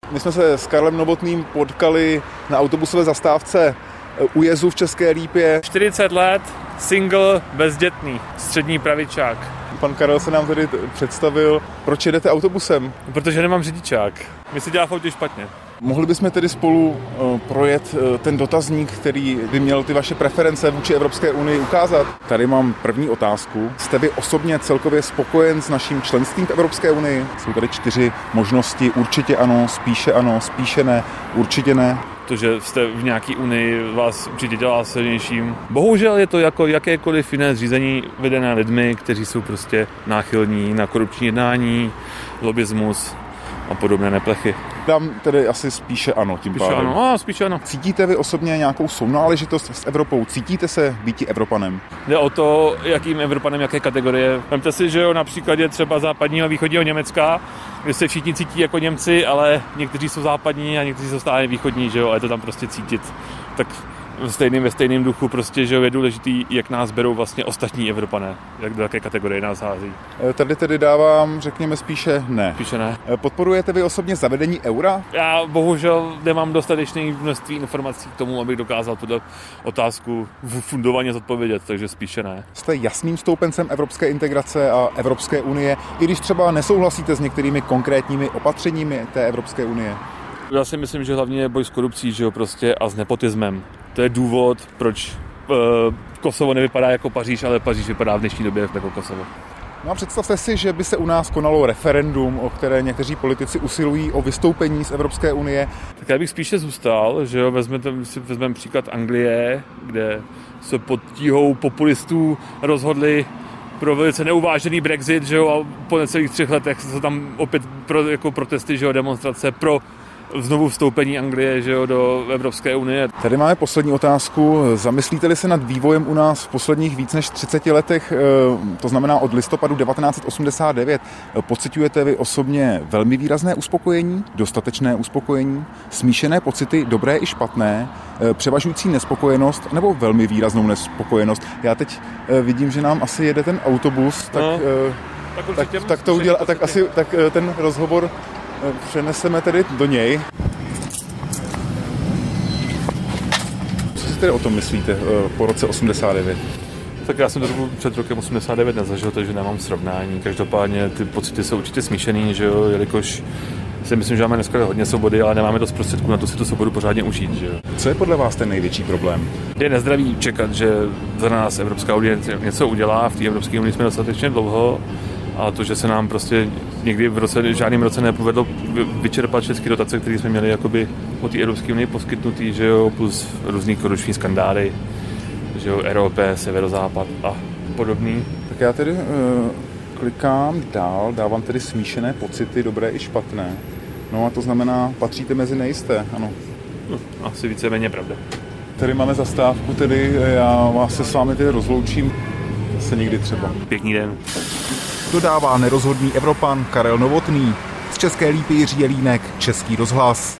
My jsme se s Karlem Novotným potkali na autobusové zastávce u Jezu v České Lípě. 40 let, single, bezdětný, střední pravičák. Pan Karel se nám tady představil. Proč jedete autobusem? Protože nemám řidičák. Mi se dělá v autě špatně. Mohli bychom tedy spolu projet ten dotazník, který by měl ty vaše preference vůči Evropské unii ukázat? Tady mám první otázku. Jste vy osobně celkově spokojen s naším členstvím v Evropské unii? Jsou tady 4 možnosti. Určitě ano, spíše ne, určitě ne. To, že jste v nějaký unii, vás určitě dělá silnějším. Bohužel je to jako jakékoliv jiné zřízení vedené lidmi, kteří jsou prostě náchylní na korupční jednání, lobismus a podobné neplechy. Dám tedy asi spíše ano tím pádem. Spíše ano. Cítíte vy osobně nějakou sounáležitost s Evropou? Cítíte se býti Evropanem? Jde o to, jakým Evropanem, jaké kategorie. Vemte si, že jo, na příkladě třeba západního a východního Německa, kde se všichni cítí jako Němci, ale někteří jsou západní a někteří jsou stále východní, že jo, a je to tam prostě cítit. Tak ve stejném duchu prostě, že jo, je důležitý, jak nás berou vlastně ostatní Evropané, do jaké kategorie nás hází. Tady tedy dávám, řekněme, spíše ne. Spíše ne. Podporujete vy osobně zavedení eura? Já bohužel nemám dostatečné množství informací k tomu, abych dokázal tuto otázku fundovaně zodpovědět, takže spíše ne. Jste jasným stoupencem evropské integrace a Evropské unie, i když třeba nesouhlasíte s některými konkrétními opatřeními té Evropské unie? Já si myslím, že hlavně je boj s korupcí, že jo, prostě a s nepotismem. To je důvod, proč Kosovo nevypadá jako Paříž, ale Paříž vypadá v dnešní době jako Kosovo. No a představte si, že by se u nás konalo referendum, o které někteří politici usilují o vystoupení z Evropské unie. Tak já bych spíše zůstal, že jo, vezmeme příklad Anglie, kde se pod tíhou populistů rozhodli pro velice neuvážený Brexit, že jo, a po necelých 3 letech jsou tam opět jako protesty, že jo, demonstrace pro znovu vstoupení Anglie, že jo, do Evropské unie. Tady máme poslední otázku. Zamyslíte-li se nad vývojem u nás v posledních víc než 30 letech, to znamená od listopadu 1989, pociťujete vy osobně velmi výrazné uspokojení, dostatečné uspokojení, smíšené pocity, dobré i špatné, převažující nespokojenost nebo velmi výraznou nespokojenost? Já teď vidím, že nám asi jede ten autobus, tak to udělá, tak ten rozhovor přeneseme tedy do něj. Co si tedy o tom myslíte po roce 89? Tak já jsem to před rokem 89 nezažil, takže nemám srovnání. Každopádně ty pocity jsou určitě smíšený, že jo, jelikož si myslím, že máme dneska hodně svobody, ale nemáme dost prostředků na to si tu svobodu pořádně užít, že jo. Co je podle vás ten největší problém? Je nezdravý čekat, že za nás Evropská unie něco udělá. V té Evropské unii jsme dostatečně dlouho. A to, že se nám prostě někdy v žádném roce nepovedlo vyčerpat všechny dotace, které jsme měli jakoby od té Evropské unie poskytnutý, že jo, plus různý korupční skandály, že jo, ROP, Severozápad a podobný. Tak já tedy klikám dál, dávám tedy smíšené pocity, dobré i špatné. No a to znamená, patříte mezi nejisté, ano. Asi víceméně pravda. Tady máme zastávku, tedy já vás se s vámi tedy rozloučím zase někdy třeba. Pěkný den. Dodává nerozhodný Evropan Karel Novotný. Z České Lípy Jiří Jelínek, Český rozhlas.